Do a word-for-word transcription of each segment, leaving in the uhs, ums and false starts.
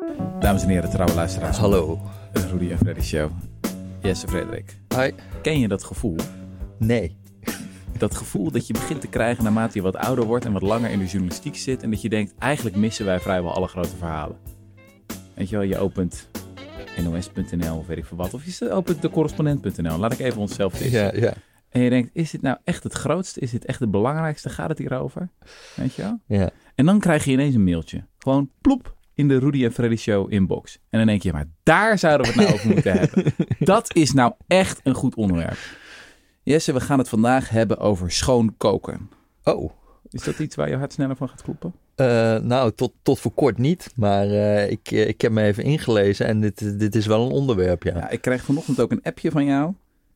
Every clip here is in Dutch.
Dames en heren, trouwe luisteraars. Hallo. De Rudy en Freddy Show. Jesse Frederik. Hi. Ken je dat gevoel? Nee. Dat gevoel dat je begint te krijgen naarmate je wat ouder wordt en wat langer in de journalistiek zit. En dat je denkt, eigenlijk missen wij vrijwel alle grote verhalen. Weet je wel, je opent N O S punt N L of weet ik veel wat. Of je opent de correspondent punt N L. Laat ik even onszelf testen. Ja, ja. En je denkt, is dit nou echt het grootste? Is dit echt het belangrijkste? Gaat het hierover? Weet je wel? Ja. En dan krijg je ineens een mailtje. Gewoon plop in de Rudy en Freddy Show inbox. En dan denk je, maar daar zouden we het nou over moeten hebben. Dat is nou echt een goed onderwerp. Jesse, we gaan het vandaag hebben over schoon koken. Oh. Is dat iets waar je hart sneller van gaat kloppen? Uh, nou, tot, tot voor kort niet. Maar uh, ik, ik heb me even ingelezen en dit, dit is wel een onderwerp, ja. Ja. Ik kreeg vanochtend ook een appje van jou.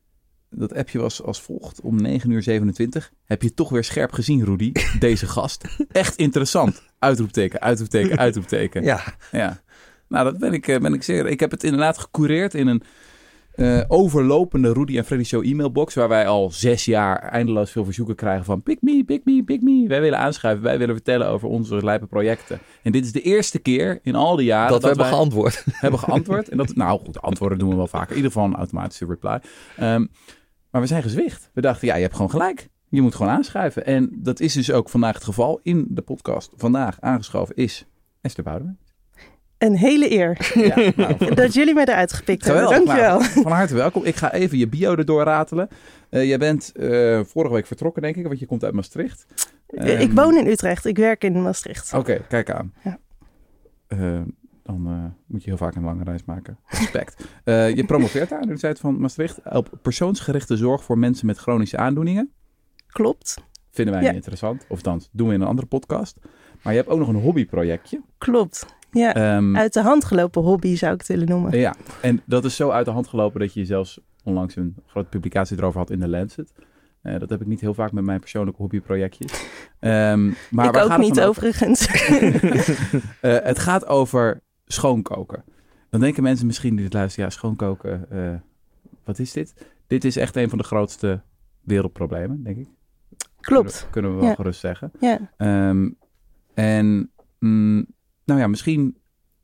Dat appje was als volgt. Om negen uur zevenentwintig. Heb je toch weer scherp gezien, Rudy? Deze gast. Echt interessant. Uitroepteken, uitroepteken, uitroepteken. Ja. Ja. Nou, dat ben ik, ben ik zeer... Ik heb het inderdaad gecoureerd in een uh, overlopende Rudy en Freddy Show e-mailbox. Waar wij al zes jaar eindeloos veel verzoeken krijgen van... Pick me, pick me, pick me. Wij willen aanschuiven. Wij willen vertellen over onze lijpe projecten. En dit is de eerste keer in al die jaren... Dat, dat we hebben wij geantwoord. Hebben geantwoord. En dat, nou goed, antwoorden doen we wel vaker. In ieder geval een automatische reply. Um, Maar we zijn gezwicht. We dachten, ja, je hebt gewoon gelijk. Je moet gewoon aanschuiven. En dat is dus ook vandaag het geval. In de podcast vandaag aangeschoven is Esther Boudewijn. Een hele eer. Ja, nou, dat jullie mij eruit gepikt hebben. Dankjewel. Nou, van harte welkom. Ik ga even je bio erdoor ratelen. Uh, jij bent uh, vorige week vertrokken, denk ik, want je komt uit Maastricht. Um, ik woon in Utrecht. Ik werk in Maastricht. Oké, okay, kijk aan. Ja. Uh, Dan uh, moet je heel vaak een lange reis maken. Respect. Uh, je promoveert aan de Universiteit van Maastricht op persoonsgerichte zorg voor mensen met chronische aandoeningen. Klopt. Vinden wij ja. niet interessant. Of dan doen we in een andere podcast. Maar je hebt ook nog een hobbyprojectje. Klopt. Ja, um, uit de hand gelopen hobby zou ik het willen noemen. Ja, en dat is zo uit de hand gelopen dat je zelfs onlangs een grote publicatie erover had in de Lancet. Uh, dat heb ik niet heel vaak met mijn persoonlijke hobbyprojectjes. Um, maar ik waar ook gaat niet het overigens. uh, het gaat over schoonkoken. Dan denken mensen misschien die dit luisteren, ja, schoonkoken, uh, wat is dit? Dit is echt een van de grootste wereldproblemen, denk ik. Klopt. Kunnen, kunnen we wel ja. gerust zeggen. Ja. Um, en, mm, nou ja, misschien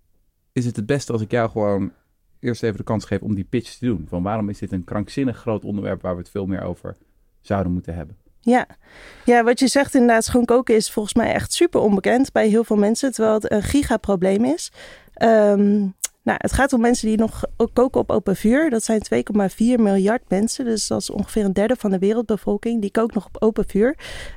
is het het beste als ik jou gewoon eerst even de kans geef om die pitch te doen. Van waarom is dit een krankzinnig groot onderwerp waar we het veel meer over zouden moeten hebben? Ja. ja, wat je zegt inderdaad, schoon koken is volgens mij echt super onbekend bij heel veel mensen, terwijl het een gigaprobleem is. Um, nou, het gaat om mensen die nog koken op open vuur. Dat zijn twee komma vier miljard mensen, dus dat is ongeveer een derde van de wereldbevolking. Die kookt nog op open vuur.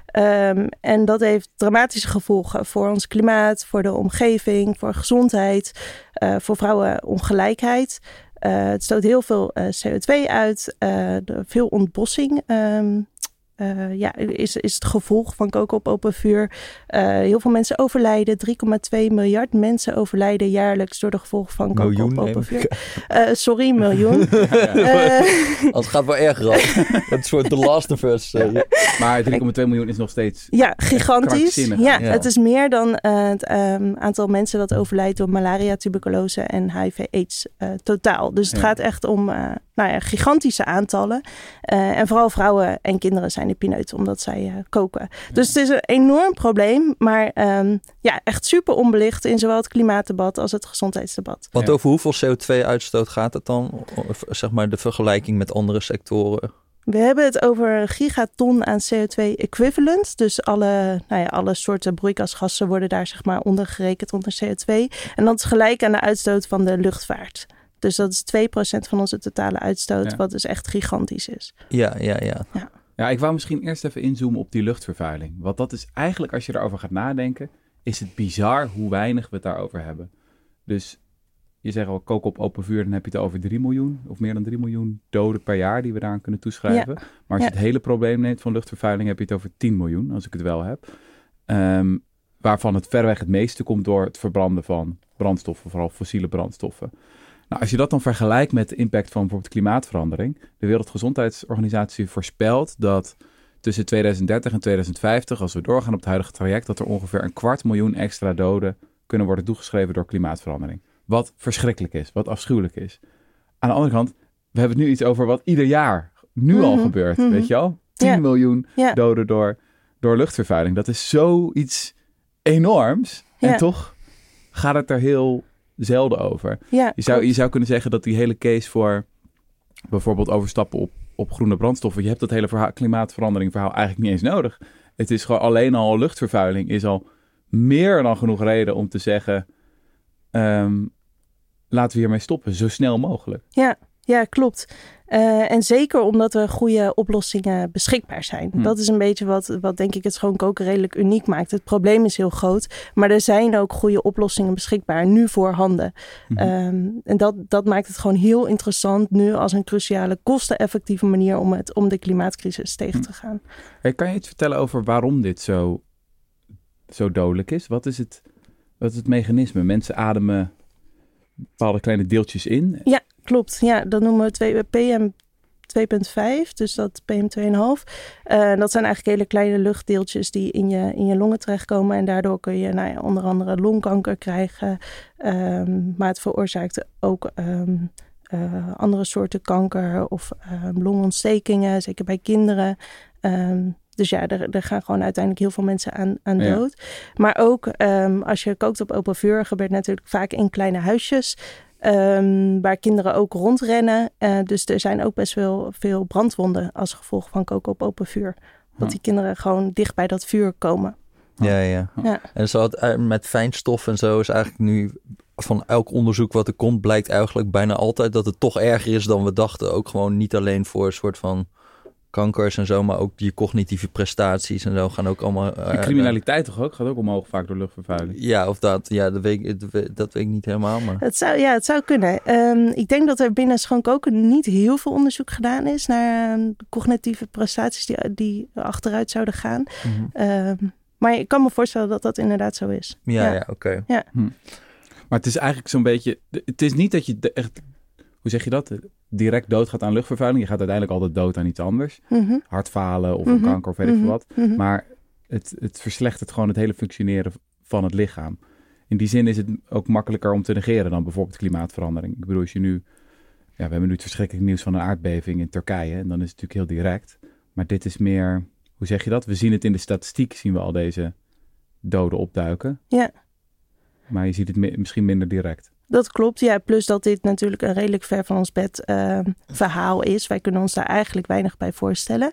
Um, en dat heeft dramatische gevolgen voor ons klimaat, voor de omgeving, voor gezondheid, uh, voor vrouwenongelijkheid. Uh, het stoot heel veel uh, C O twee uit, uh, veel ontbossing. Um, Uh, ja, is, is het gevolg van koken op open vuur. Uh, heel veel mensen overlijden. drie komma twee miljard mensen overlijden jaarlijks door de gevolgen van koken miljoen, op open vuur. Uh, sorry, miljoen. ja, ja. Uh, Als het gaat wel erg rap. Het soort The Last of Us. Uh, ja. Maar drie komma twee miljoen is nog steeds ja, gigantisch. Ja, ja, het is meer dan uh, het um, aantal mensen dat overlijdt door malaria, tuberculose en H I V-AIDS uh, totaal. Dus het ja. gaat echt om uh, nou ja, gigantische aantallen. Uh, en vooral vrouwen en kinderen zijn de pineut, omdat zij uh, koken. Ja. Dus het is een enorm probleem, maar um, ja, echt super onbelicht in zowel het klimaatdebat als het gezondheidsdebat. Want ja. over hoeveel C O twee uitstoot gaat het dan? Of, zeg maar de vergelijking met andere sectoren? We hebben het over een gigaton aan C O twee equivalent. Dus alle, nou ja, alle soorten broeikasgassen worden daar zeg maar onder gerekend onder C O twee. En dat is gelijk aan de uitstoot van de luchtvaart. Dus dat is twee procent van onze totale uitstoot, ja. wat dus echt gigantisch is. Ja, ja, ja. ja. Ja, ik wou misschien eerst even inzoomen op die luchtvervuiling. Want dat is eigenlijk, als je erover gaat nadenken, is het bizar hoe weinig we het daarover hebben. Dus je zegt al, koken op open vuur, dan heb je het over drie miljoen of meer dan drie miljoen doden per jaar die we daaraan kunnen toeschrijven. Ja. Maar als je ja. het hele probleem neemt van luchtvervuiling, heb je het over tien miljoen, als ik het wel heb. Um, waarvan het verreweg het meeste komt door het verbranden van brandstoffen, vooral fossiele brandstoffen. Nou, als je dat dan vergelijkt met de impact van bijvoorbeeld klimaatverandering. De Wereldgezondheidsorganisatie voorspelt dat tussen tweeduizend dertig en tweeduizend vijftig, als we doorgaan op het huidige traject, dat er ongeveer een kwart miljoen extra doden kunnen worden toegeschreven door klimaatverandering. Wat verschrikkelijk is, wat afschuwelijk is. Aan de andere kant, we hebben het nu iets over wat ieder jaar nu mm-hmm. al gebeurt, mm-hmm. weet je al? tien yeah. miljoen yeah. doden door, door luchtvervuiling. Dat is zoiets enorms. Yeah. En toch gaat het er heel zelden over. Ja, je, zou, klopt. je zou kunnen zeggen dat die hele case voor bijvoorbeeld overstappen op, op groene brandstoffen, je hebt dat hele verhaal, klimaatverandering verhaal eigenlijk niet eens nodig. Het is gewoon alleen al luchtvervuiling is al meer dan genoeg reden om te zeggen, um, laten we hiermee stoppen, zo snel mogelijk. Ja, ja klopt. Uh, en zeker omdat er goede oplossingen beschikbaar zijn. Hmm. Dat is een beetje wat, wat denk ik het schoon koken redelijk uniek maakt. Het probleem is heel groot, maar er zijn ook goede oplossingen beschikbaar nu voorhanden. Hmm. Um, en dat, dat maakt het gewoon heel interessant nu als een cruciale kosteneffectieve manier om, het, om de klimaatcrisis tegen te gaan. Hey, kan je iets vertellen over waarom dit zo, zo dodelijk is? Wat is het, wat is het mechanisme? Mensen ademen bepaalde kleine deeltjes in? Ja. Klopt, ja, dat noemen we P M twee komma vijf, dus dat P M twee komma vijf. Uh, dat zijn eigenlijk hele kleine luchtdeeltjes die in je, in je longen terechtkomen. En daardoor kun je nou ja, onder andere longkanker krijgen. Um, maar het veroorzaakt ook um, uh, andere soorten kanker of um, longontstekingen, zeker bij kinderen. Um, Dus ja, er, er gaan gewoon uiteindelijk heel veel mensen aan, aan dood. Ja. Maar ook um, als je kookt op open vuur, gebeurt natuurlijk vaak in kleine huisjes. Um, waar kinderen ook rondrennen. Uh, dus er zijn ook best wel veel brandwonden als gevolg van koken op open vuur. Want die kinderen gewoon dicht bij dat vuur komen. Ja, ja. ja. En zo het, met fijnstof en zo is eigenlijk nu van elk onderzoek wat er komt, blijkt eigenlijk bijna altijd dat het toch erger is dan we dachten. Ook gewoon niet alleen voor een soort van kankers en zo, maar ook je cognitieve prestaties en zo gaan ook allemaal. Uh, criminaliteit toch ook? Gaat ook omhoog vaak door luchtvervuiling. Ja, of dat. Ja, dat weet ik, dat weet ik niet helemaal. Maar het zou, ja, het zou kunnen. Um, ik denk dat er binnen schoon koken niet heel veel onderzoek gedaan is naar um, cognitieve prestaties die, die achteruit zouden gaan. Mm-hmm. Um, maar ik kan me voorstellen dat dat inderdaad zo is. Ja, ja, ja oké. Okay. Ja. Hm. Maar het is eigenlijk zo'n beetje. Het is niet dat je echt. Hoe zeg je dat? Direct doodgaat aan luchtvervuiling. Je gaat uiteindelijk altijd dood aan iets anders. Mm-hmm. Hartfalen of mm-hmm. een kanker of weet ik mm-hmm. veel wat. Mm-hmm. Maar het, het verslechtert gewoon het hele functioneren van het lichaam. In die zin is het ook makkelijker om te negeren dan bijvoorbeeld klimaatverandering. Ik bedoel, als je nu... Ja, we hebben nu het verschrikkelijk nieuws van een aardbeving in Turkije. En dan is het natuurlijk heel direct. Maar dit is meer... Hoe zeg je dat? We zien het in de statistiek, zien we al deze doden opduiken. Ja. Maar je ziet het mi- misschien minder direct. Dat klopt, ja. Plus dat dit natuurlijk een redelijk ver van ons bed uh, verhaal is. Wij kunnen ons daar eigenlijk weinig bij voorstellen.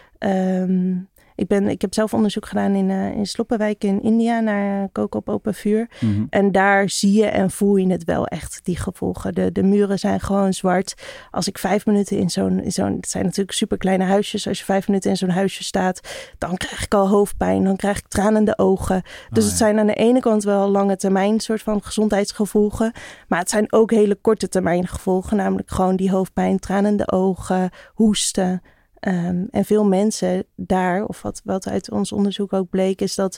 Um, ik, ben, ik heb zelf onderzoek gedaan in, uh, in Sloppenwijk in India naar koken op open vuur. Mm-hmm. En daar zie je en voel je het wel echt, die gevolgen. De, de muren zijn gewoon zwart. Als ik vijf minuten in zo'n, in zo'n... Het zijn natuurlijk super kleine huisjes. Als je vijf minuten in zo'n huisje staat, dan krijg ik al hoofdpijn. Dan krijg ik tranende ogen. Dus oh, het ja. zijn aan de ene kant wel lange termijn soort van gezondheidsgevolgen. Maar het zijn ook hele korte termijn gevolgen. Namelijk gewoon die hoofdpijn, tranende ogen, hoesten. Um, en veel mensen daar, of wat, wat uit ons onderzoek ook bleek, is dat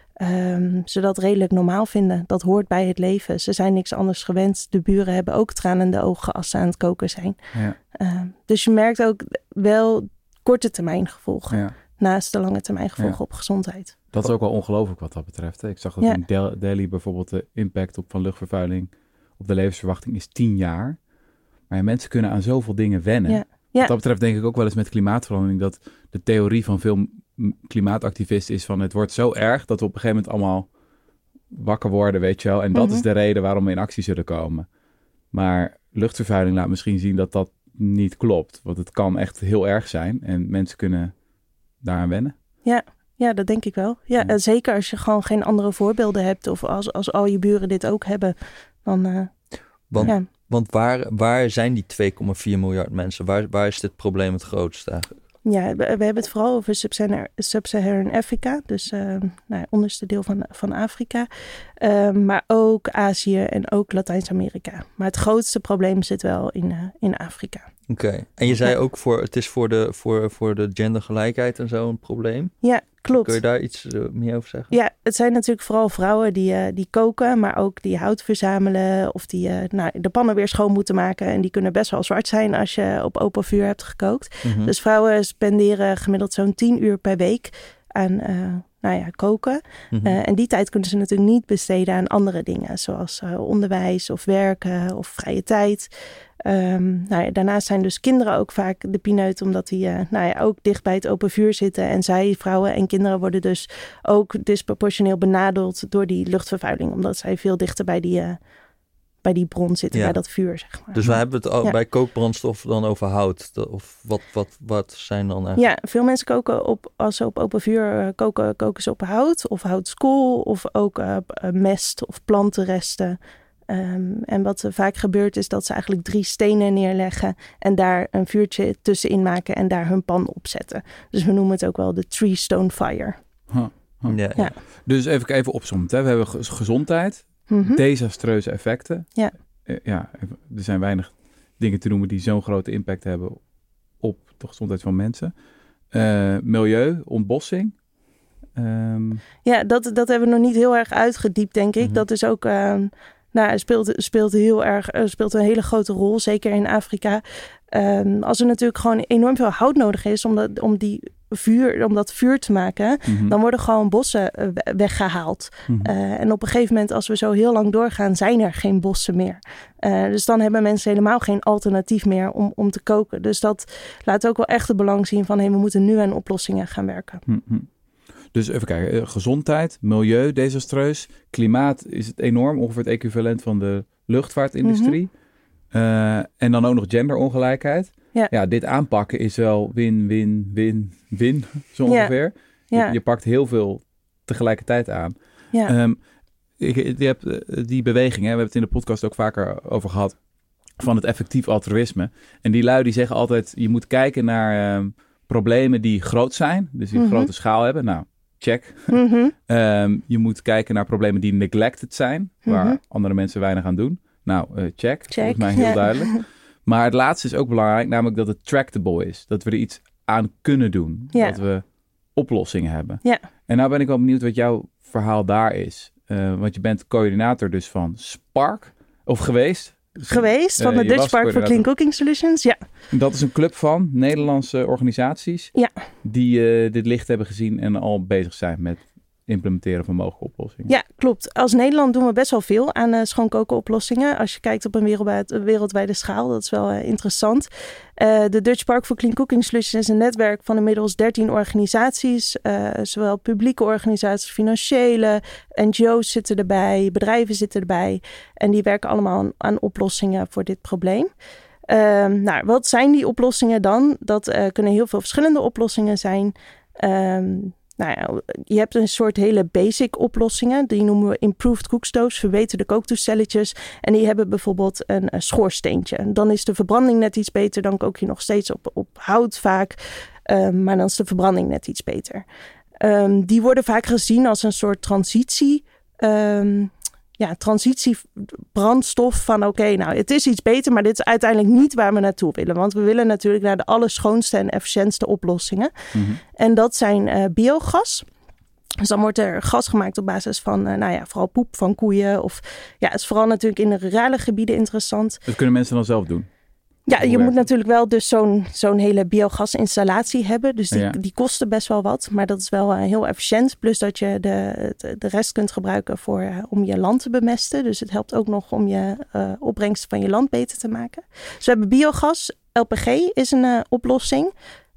um, ze dat redelijk normaal vinden. Dat hoort bij het leven. Ze zijn niks anders gewend. De buren hebben ook tranende ogen als ze aan het koken zijn. Ja. Um, dus je merkt ook wel korte termijn gevolgen. Ja. Naast de lange termijn gevolgen ja. op gezondheid. Dat is ook wel ongelooflijk wat dat betreft. Hè? Ik zag dat ja. in Del- Delhi bijvoorbeeld de impact op van luchtvervuiling op de levensverwachting is tien jaar. Maar ja, mensen kunnen aan zoveel dingen wennen. Ja. Ja. Wat dat betreft denk ik ook wel eens met klimaatverandering dat de theorie van veel klimaatactivisten is van het wordt zo erg dat we op een gegeven moment allemaal wakker worden, weet je wel. En dat mm-hmm. is de reden waarom we in actie zullen komen. Maar luchtvervuiling laat misschien zien dat dat niet klopt. Want het kan echt heel erg zijn en mensen kunnen daaraan wennen. Ja, ja dat denk ik wel. Ja, ja. Zeker als je gewoon geen andere voorbeelden hebt of als, als al je buren dit ook hebben, dan... Uh, Want... ja. Want waar, waar zijn die twee komma vier miljard mensen? Waar, waar is dit probleem het grootste eigenlijk? Ja, we, we hebben het vooral over Sub-Saharan Afrika. Dus uh, nou, het onderste deel van, van Afrika. Uh, maar ook Azië en ook Latijns-Amerika. Maar het grootste probleem zit wel in, uh, in Afrika. Oké. Okay. En je zei ja. ook, voor, het is voor de, voor, voor de gendergelijkheid en zo een probleem? Ja, klopt. Kun je daar iets meer over zeggen? Ja, het zijn natuurlijk vooral vrouwen die, uh, die koken, maar ook die hout verzamelen of die uh, nou, de pannen weer schoon moeten maken. En die kunnen best wel zwart zijn als je op open vuur hebt gekookt. Mm-hmm. Dus vrouwen spenderen gemiddeld zo'n tien uur per week aan uh, nou ja, koken. Mm-hmm. Uh, en die tijd kunnen ze natuurlijk niet besteden aan andere dingen, zoals uh, onderwijs of werken of vrije tijd. Um, nou ja, daarnaast zijn dus kinderen ook vaak de pineut, omdat die uh, nou ja, ook dicht bij het open vuur zitten. En zij, vrouwen en kinderen, worden dus ook disproportioneel benadeeld door die luchtvervuiling, omdat zij veel dichter bij die, uh, bij die bron zitten, Ja. bij dat vuur, zeg maar. Dus we hebben het al Ja. bij kookbrandstof dan over hout. De- Of wat, wat, wat zijn dan eigenlijk? Ja, veel mensen koken op, als ze op open vuur uh, koken, koken ze op hout of houtskool of ook uh, mest of plantenresten. Um, en wat er vaak gebeurt is dat ze eigenlijk drie stenen neerleggen en daar een vuurtje tussenin maken en daar hun pan op zetten. Dus we noemen het ook wel de three stone fire. Huh, huh. Ja, ja. Ja. Dus even, even opzommen. Hè? We hebben ge- gezondheid, Mm-hmm. desastreuze effecten. Ja. Uh, ja, er zijn weinig dingen te noemen die zo'n grote impact hebben op de gezondheid van mensen. Uh, milieu, ontbossing. Um... Ja, dat, dat hebben we nog niet heel erg uitgediept, denk ik. Mm-hmm. Dat is ook... Uh, Nou, speelt, speelt heel erg, speelt een hele grote rol, zeker in Afrika. Um, als er natuurlijk gewoon enorm veel hout nodig is om dat, om die vuur, om dat vuur te maken, Mm-hmm. dan worden gewoon bossen uh, weggehaald. Mm-hmm. Uh, en op een gegeven moment, als we zo heel lang doorgaan, zijn er geen bossen meer. Uh, dus dan hebben mensen helemaal geen alternatief meer om, om te koken. Dus dat laat ook wel echt het belang zien van, hey, we moeten nu aan oplossingen gaan werken. Mm-hmm. Dus even kijken, gezondheid, milieu, desastreus. Klimaat is het enorm, ongeveer het equivalent van de luchtvaartindustrie. Mm-hmm. Uh, en dan ook nog genderongelijkheid. Ja. ja, dit aanpakken is wel win, win, win, win, zo ongeveer. Ja. Je, je pakt heel veel tegelijkertijd aan. Ja. Um, ik, je hebt die beweging, hè, we hebben het in de podcast ook vaker over gehad, van het effectief altruïsme. En die lui die zeggen altijd, je moet kijken naar um, problemen die groot zijn, dus die mm-hmm. grote schaal hebben. Nou, check. Mm-hmm. um, je moet kijken naar problemen die neglected zijn, waar mm-hmm. andere mensen weinig aan doen. Nou, uh, check. check. Volgens mij heel ja. duidelijk. Maar het laatste is ook belangrijk, namelijk dat het tractable is. Dat we er iets aan kunnen doen. Ja. Dat we oplossingen hebben. Ja. En nou ben ik wel benieuwd wat jouw verhaal daar is. Uh, want je bent coördinator dus van Spark, of geweest. Geweest, van de uh, Dutch Spark for Clean Cooking Solutions, ja. Dat is een club van Nederlandse organisaties ja. die uh, dit licht hebben gezien en al bezig zijn met implementeren van mogelijke oplossingen. Ja, klopt. Als Nederland doen we best wel veel aan uh, schoonkoken oplossingen. Als je kijkt op een wereldwijd, wereldwijde schaal, dat is wel uh, interessant. Uh, de Dutch Spark for Clean Cooking Solutions is een netwerk van inmiddels dertien organisaties. Uh, zowel publieke organisaties, financiële, N G O's zitten erbij, bedrijven zitten erbij. En die werken allemaal aan, aan oplossingen voor dit probleem. Uh, nou, wat zijn die oplossingen dan? Dat uh, kunnen heel veel verschillende oplossingen zijn. Um, Nou ja, je hebt een soort hele basic oplossingen. Die noemen we improved cookstoves, verbeterde kooktoestelletjes. En die hebben bijvoorbeeld een, een schoorsteentje. Dan is de verbranding net iets beter. Dan kook je nog steeds op, op hout vaak. Um, maar dan is de verbranding net iets beter. Um, die worden vaak gezien als een soort transitie... Um, Ja, transitiebrandstof van oké, okay, nou het is iets beter, maar dit is uiteindelijk niet waar we naartoe willen. Want we willen natuurlijk naar de allerschoonste en efficiëntste oplossingen. Mm-hmm. En dat zijn uh, biogas. Dus dan wordt er gas gemaakt op basis van, uh, nou ja, vooral poep van koeien. Of ja, het is vooral natuurlijk in de rurale gebieden interessant. Dat kunnen mensen dan zelf doen? Ja, je moet natuurlijk wel dus zo'n, zo'n hele biogasinstallatie hebben. Dus die, ja. die kosten best wel wat. Maar dat is wel uh, heel efficiënt. Plus dat je de, de rest kunt gebruiken voor, uh, om je land te bemesten. Dus het helpt ook nog om je uh, opbrengst van je land beter te maken. Dus we hebben biogas. L P G is een uh, oplossing.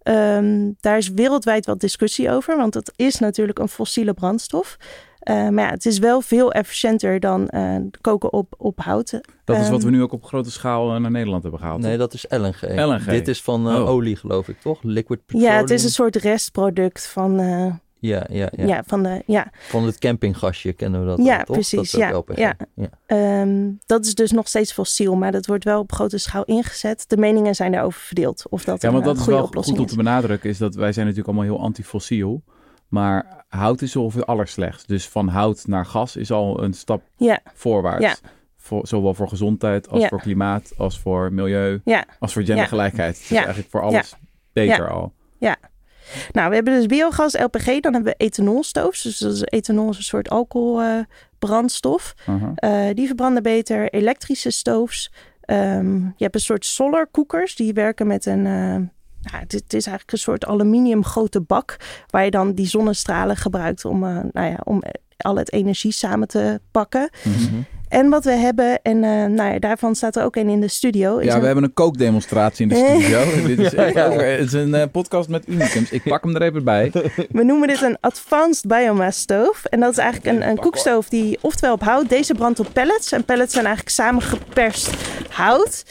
Um, daar is wereldwijd wat discussie over. Want het is natuurlijk een fossiele brandstof. Uh, maar ja, het is wel veel efficiënter dan uh, koken op, op hout. Dat is um, wat we nu ook op grote schaal naar Nederland hebben gehaald. Nee, dat is L N G. L N G. Dit is van uh, oh. olie, geloof ik, toch? Liquid petroleum. Ja, het is een soort restproduct van... Uh, ja, ja, ja. ja, van, de, ja. van het campinggasje kennen we dat ja, dan, toch? Precies, dat ja, L P G. ja. ja. Um, dat is dus nog steeds fossiel, maar dat wordt wel op grote schaal ingezet. De meningen zijn daarover verdeeld. Of dat ja, want dat een is goede wel oplossing goed om te benadrukken, is dat wij zijn natuurlijk allemaal heel antifossiel. Maar hout is ongeveer allerslechtst. Dus van hout naar gas is al een stap ja. voorwaarts. Ja. Voor, zowel voor gezondheid als ja. voor klimaat, als voor milieu, ja. als voor gendergelijkheid. Ja. Het is ja. eigenlijk voor alles ja. beter ja. al. Ja. Nou, we hebben dus biogas, L P G, dan hebben we ethanolstoves. Dus dat is, ethanol is een soort alcoholbrandstof. Uh, uh-huh. uh, die verbranden beter. Elektrische stoves. Um, je hebt een soort solar cookers. Die werken met een... Uh, Nou, het, het is eigenlijk een soort aluminium grote bak waar je dan die zonnestralen gebruikt om, uh, nou ja, om al het energie samen te pakken. Mm-hmm. En wat we hebben, en uh, nou ja, daarvan staat er ook een in de studio. Is ja, we een... hebben een kookdemonstratie in de studio. Dit is, ja, ja. Het is een uh, podcast met unicums. Ik pak hem er even bij. We noemen dit een advanced biomass stove. En dat is eigenlijk een, een koekstoof die oftewel op hout. Deze brandt op pellets. En pellets zijn eigenlijk samengeperst hout.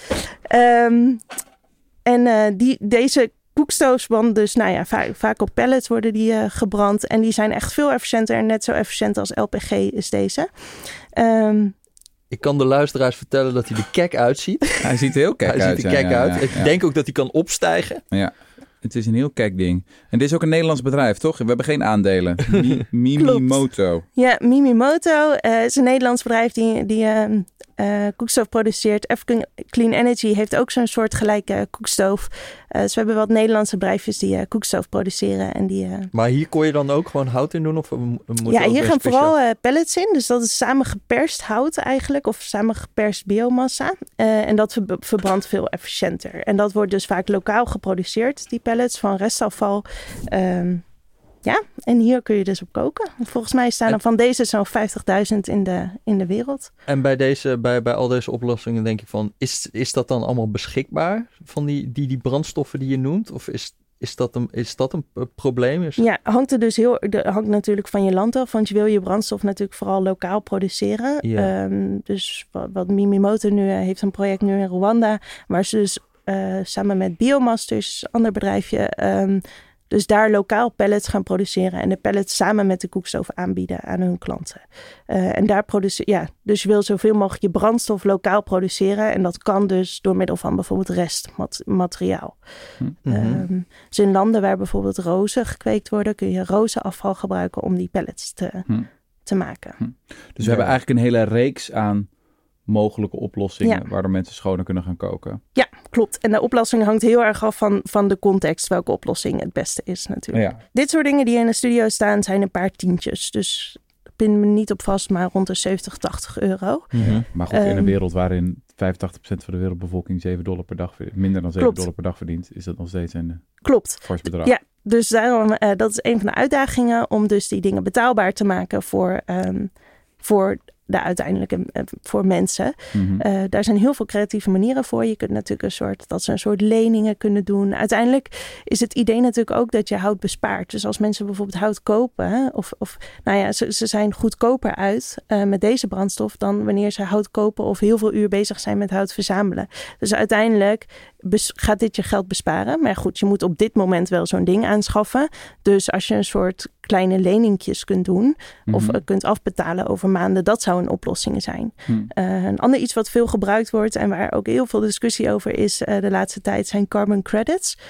Um, en uh, die, deze koekstoofs branden dus, nou ja, vaak, vaak op pellets worden die uh, gebrand. En die zijn echt veel efficiënter en net zo efficiënt als L P G is deze. Um, Ik kan de luisteraars vertellen dat hij er kek uitziet. Hij ziet er heel kek hij uit. Hij ziet er kek ja, uit. Ja, Ik ja. denk ook dat hij kan opstijgen. Ja, het is een heel kek ding. En dit is ook een Nederlands bedrijf, toch? We hebben geen aandelen. Mi- Mimimoto. Ja, Mimimoto uh, is een Nederlands bedrijf die, die uh, uh, koekstoof produceert. African Clean Energy heeft ook zo'n soort gelijke koekstoof. Uh, dus we hebben wat Nederlandse bedrijfjes die uh, koekstoof produceren. En die, uh... Maar hier kon je dan ook gewoon hout in doen? Of moet ja, hier gaan speciaal... vooral uh, pellets in. Dus dat is samengeperst hout eigenlijk. Of samengeperst biomassa. Uh, en dat ver- verbrandt veel efficiënter. En dat wordt dus vaak lokaal geproduceerd, die pellets van restafval. Um, ja, en hier kun je dus op koken. Volgens mij staan er en... van deze zo'n vijftigduizend in de, in de wereld. En bij, deze, bij, bij al deze oplossingen denk ik van, is, is dat dan allemaal beschikbaar? Van die, die, die brandstoffen die je noemt? Of is, is, dat, een, is dat een probleem? Is... Ja, hangt er dus heel, de, hangt natuurlijk van je land af. Want je wil je brandstof natuurlijk vooral lokaal produceren. Ja. Um, dus wat, wat Mimimoto nu uh, heeft een project nu in Rwanda. Waar ze dus uh, samen met Biomas, dus een ander bedrijfje... Um, Dus daar lokaal pellets gaan produceren en de pellets samen met de koekstoof aanbieden aan hun klanten. Uh, en daar produceer, ja, dus je wil zoveel mogelijk je brandstof lokaal produceren. En dat kan dus door middel van bijvoorbeeld restmateriaal. Mm-hmm. Um, dus in landen waar bijvoorbeeld rozen gekweekt worden, kun je rozenafval gebruiken om die pellets te, mm. te maken. Mm. Dus we ja. hebben eigenlijk een hele reeks aan mogelijke oplossingen ja. waardoor mensen schoner kunnen gaan koken. Ja, klopt. En de oplossing hangt heel erg af van, van de context welke oplossing het beste is natuurlijk. Ja. Dit soort dingen die in de studio staan zijn een paar tientjes. Dus pin me niet op vast, maar rond de zeventig, tachtig euro. Mm-hmm. Maar goed, um, in een wereld waarin vijfentachtig procent van de wereldbevolking zeven dollar per dag verdient, minder dan zeven klopt. dollar per dag verdient, is dat nog steeds een klopt. fors bedrag. Ja, dus daarom, uh, dat is een van de uitdagingen om dus die dingen betaalbaar te maken voor, um, voor de uiteindelijke uh, voor mensen. Mm-hmm. Uh, daar zijn heel veel creatieve manieren voor. Je kunt natuurlijk een soort, dat ze een soort leningen kunnen doen. Uiteindelijk is het idee natuurlijk ook dat je hout bespaart. Dus als mensen bijvoorbeeld hout kopen, of, of nou ja, ze, ze zijn goedkoper uit uh, met deze brandstof dan wanneer ze hout kopen of heel veel uur bezig zijn met hout verzamelen. Dus uiteindelijk bes- gaat dit je geld besparen. Maar goed, je moet op dit moment wel zo'n ding aanschaffen. Dus als je een soort kleine leningjes kunt doen, mm-hmm. of uh, kunt afbetalen over maanden, dat zou een oplossing zijn. Hmm. Uh, een ander iets wat veel gebruikt wordt en waar ook heel veel discussie over is uh, de laatste tijd zijn carbon credits.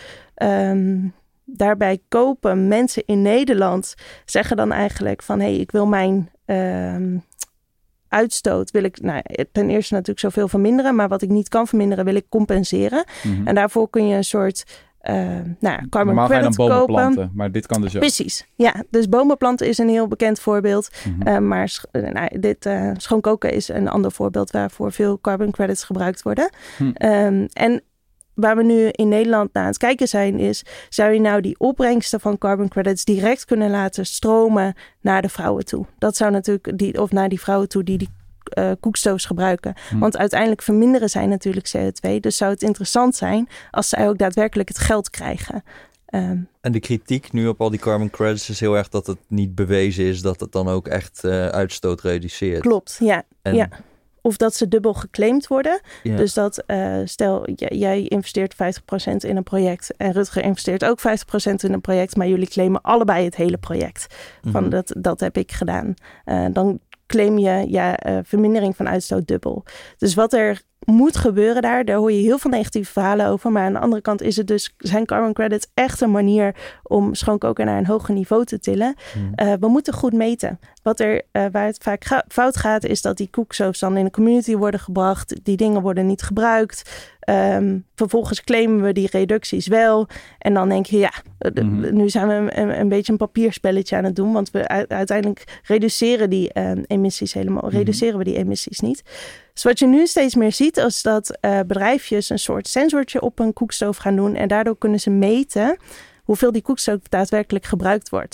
Um, daarbij kopen mensen in Nederland zeggen dan eigenlijk van hé, hey, ik wil mijn um, uitstoot, wil ik nou, ten eerste natuurlijk zoveel verminderen, maar wat ik niet kan verminderen wil ik compenseren. Mm-hmm. En daarvoor kun je een soort Uh, nou ja, carbon Normaal credit ga je dan bomen kopen. planten, maar dit kan dus ook. Precies, ja. Dus bomen planten is een heel bekend voorbeeld. Mm-hmm. Uh, maar sch- nou, dit uh, schoonkoken is een ander voorbeeld waarvoor veel carbon credits gebruikt worden. Hm. Um, en waar we nu in Nederland naar aan het kijken zijn is, zou je nou die opbrengsten van carbon credits direct kunnen laten stromen naar de vrouwen toe? Dat zou natuurlijk, die, of naar die vrouwen toe die die Uh, koekstoofs gebruiken. Hmm. Want uiteindelijk verminderen zij natuurlijk C O twee. Dus zou het interessant zijn als zij ook daadwerkelijk het geld krijgen. Um, en de kritiek nu op al die carbon credits is heel erg dat het niet bewezen is dat het dan ook echt uh, uitstoot reduceert. Klopt, ja. En... ja. Of dat ze dubbel geclaimd worden. Ja. Dus dat, uh, stel, j- jij investeert vijftig procent in een project en Rutger investeert ook vijftig procent in een project, maar jullie claimen allebei het hele project. Mm-hmm. Van dat, dat heb ik gedaan. Uh, dan claim je ja, uh, vermindering van uitstoot dubbel. Dus wat er moet gebeuren daar, daar hoor je heel veel negatieve verhalen over. Maar aan de andere kant is het dus, zijn carbon credits echt een manier om schoonkoken naar een hoger niveau te tillen. Hmm. Uh, we moeten goed meten. Wat er, uh, waar het vaak ga- fout gaat, is dat die koekstoofs dan in de community worden gebracht. Die dingen worden niet gebruikt. Um, vervolgens claimen we die reducties wel. En dan denk je, ja, mm-hmm. nu zijn we een, een beetje een papierspelletje aan het doen. Want we u- uiteindelijk reduceren die uh, emissies helemaal, mm-hmm. reduceren we die emissies niet. Dus wat je nu steeds meer ziet, is dat uh, bedrijfjes een soort sensortje op een koekstoof gaan doen. En daardoor kunnen ze meten hoeveel die koekstoof daadwerkelijk gebruikt wordt.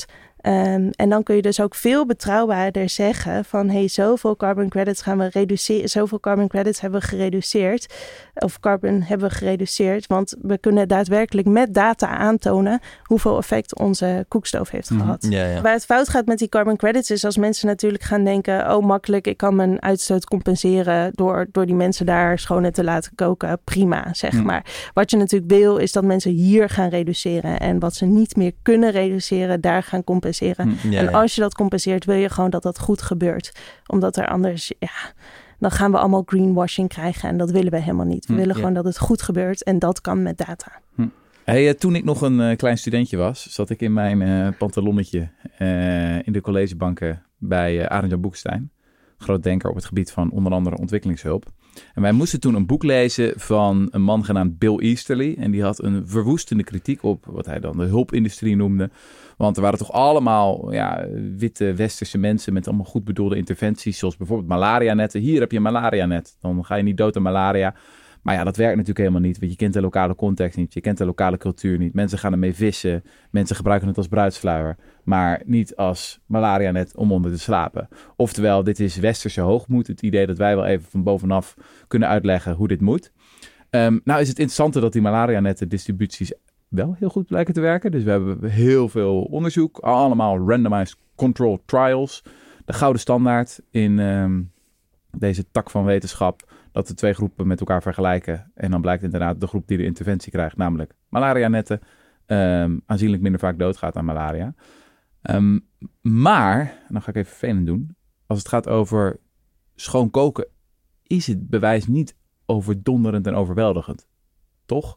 Um, en dan kun je dus ook veel betrouwbaarder zeggen van hey, zoveel carbon credits gaan we reduceren, zoveel carbon credits hebben we gereduceerd. Of carbon hebben we gereduceerd. Want we kunnen daadwerkelijk met data aantonen hoeveel effect onze koekstoof heeft Mm-hmm. gehad. Ja, ja. Waar het fout gaat met die carbon credits is als mensen natuurlijk gaan denken, oh makkelijk, ik kan mijn uitstoot compenseren door, door die mensen daar schoon te laten koken. Prima, zeg Mm. maar. Wat je natuurlijk wil is dat mensen hier gaan reduceren. En wat ze niet meer kunnen reduceren, daar gaan compenseren. Mm. Ja, en ja. als je dat compenseert, wil je gewoon dat dat goed gebeurt. Omdat er anders, ja, dan gaan we allemaal greenwashing krijgen. En dat willen we helemaal niet. We Mm, willen ja. gewoon dat het goed gebeurt. En dat kan met data. Hey, uh, toen ik nog een uh, klein studentje was, zat ik in mijn uh, pantalonnetje uh, in de collegebanken bij uh, Arend Jan Boekenstein. Groot denker op het gebied van onder andere ontwikkelingshulp. En wij moesten toen een boek lezen van een man genaamd Bill Easterly. En die had een verwoestende kritiek op wat hij dan de hulpindustrie noemde. Want er waren toch allemaal ja, witte westerse mensen met allemaal goed bedoelde interventies. Zoals bijvoorbeeld malaria-netten. Hier heb je een malaria-net. Dan ga je niet dood aan malaria. Maar ja, dat werkt natuurlijk helemaal niet. Want je kent de lokale context niet. Je kent de lokale cultuur niet. Mensen gaan ermee vissen. Mensen gebruiken het als bruidsluier. Maar niet als malaria-net om onder te slapen. Oftewel, dit is westerse hoogmoed. Het idee dat wij wel even van bovenaf kunnen uitleggen hoe dit moet. Um, nou is het interessante dat die malaria-netten distributies wel heel goed blijken te werken. Dus we hebben heel veel onderzoek. Allemaal randomized control trials. De gouden standaard in um, deze tak van wetenschap. Dat de twee groepen met elkaar vergelijken. En dan blijkt inderdaad de groep die de interventie krijgt, namelijk malaria-netten, um, aanzienlijk minder vaak doodgaat aan malaria. Um, maar, dan ga ik even vervelend doen. Als het gaat over schoon koken, is het bewijs niet overdonderend en overweldigend. Toch?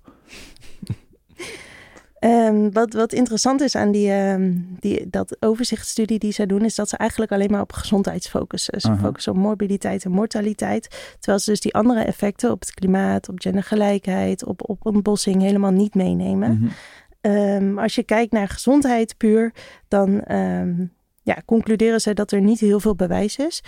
Um, wat, wat interessant is aan die, um, die, dat overzichtsstudie die zij doen, is dat ze eigenlijk alleen maar op gezondheid focussen. Ze uh-huh. focussen op morbiditeit en mortaliteit. Terwijl ze dus die andere effecten op het klimaat, op gendergelijkheid, op, op ontbossing helemaal niet meenemen. Mm-hmm. Um, als je kijkt naar gezondheid puur, dan um, ja, concluderen ze dat er niet heel veel bewijs is.